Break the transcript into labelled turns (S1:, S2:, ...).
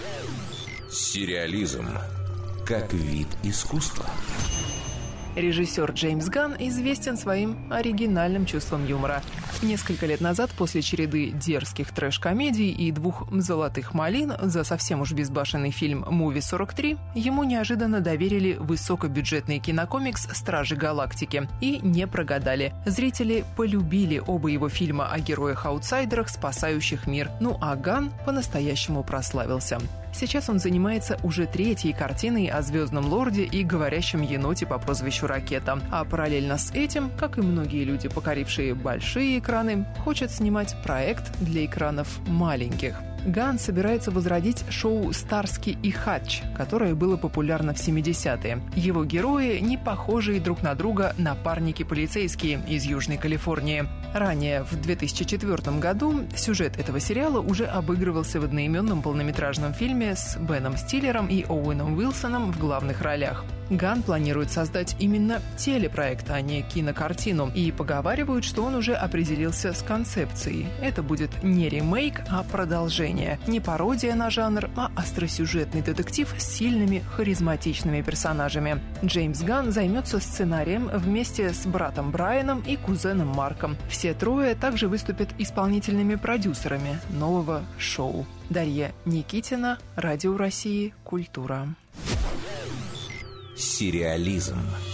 S1: Сериализм как вид искусства.
S2: Режиссер Джеймс Ганн известен своим оригинальным чувством юмора. Несколько лет назад, после череды дерзких трэш-комедий и 2 «золотых малин» за совсем уж безбашенный фильм «Муви 43», ему неожиданно доверили высокобюджетный кинокомикс «Стражи Галактики». И не прогадали. Зрители полюбили оба его фильма о героях-аутсайдерах, спасающих мир. Ну а Ганн по-настоящему прославился. Сейчас он занимается уже 3-й картиной о Звездном Лорде и говорящем еноте по прозвищу Ракета. А параллельно с этим, как и многие люди, покорившие большие экраны, хочет снимать проект для экранов маленьких. Ганн собирается возродить шоу «Старски и Хатч», которое было популярно в 70-е. Его герои не похожие друг на друга напарники-полицейские из Южной Калифорнии. Ранее, в 2004 году, сюжет этого сериала уже обыгрывался в одноименном полнометражном фильме с Беном Стиллером и Оуэном Уилсоном в главных ролях. Ганн планирует создать именно телепроект, а не кинокартину, и поговаривают, что он уже определился с концепцией. Это будет не ремейк, а продолжение. Не пародия на жанр, а остросюжетный детектив с сильными, харизматичными персонажами. Джеймс Ганн займется сценарием вместе с братом Брайаном и кузеном Марком. Все трое также выступят исполнительными продюсерами нового шоу. Дарья Никитина, Радио России, Культура.
S1: Сериализм.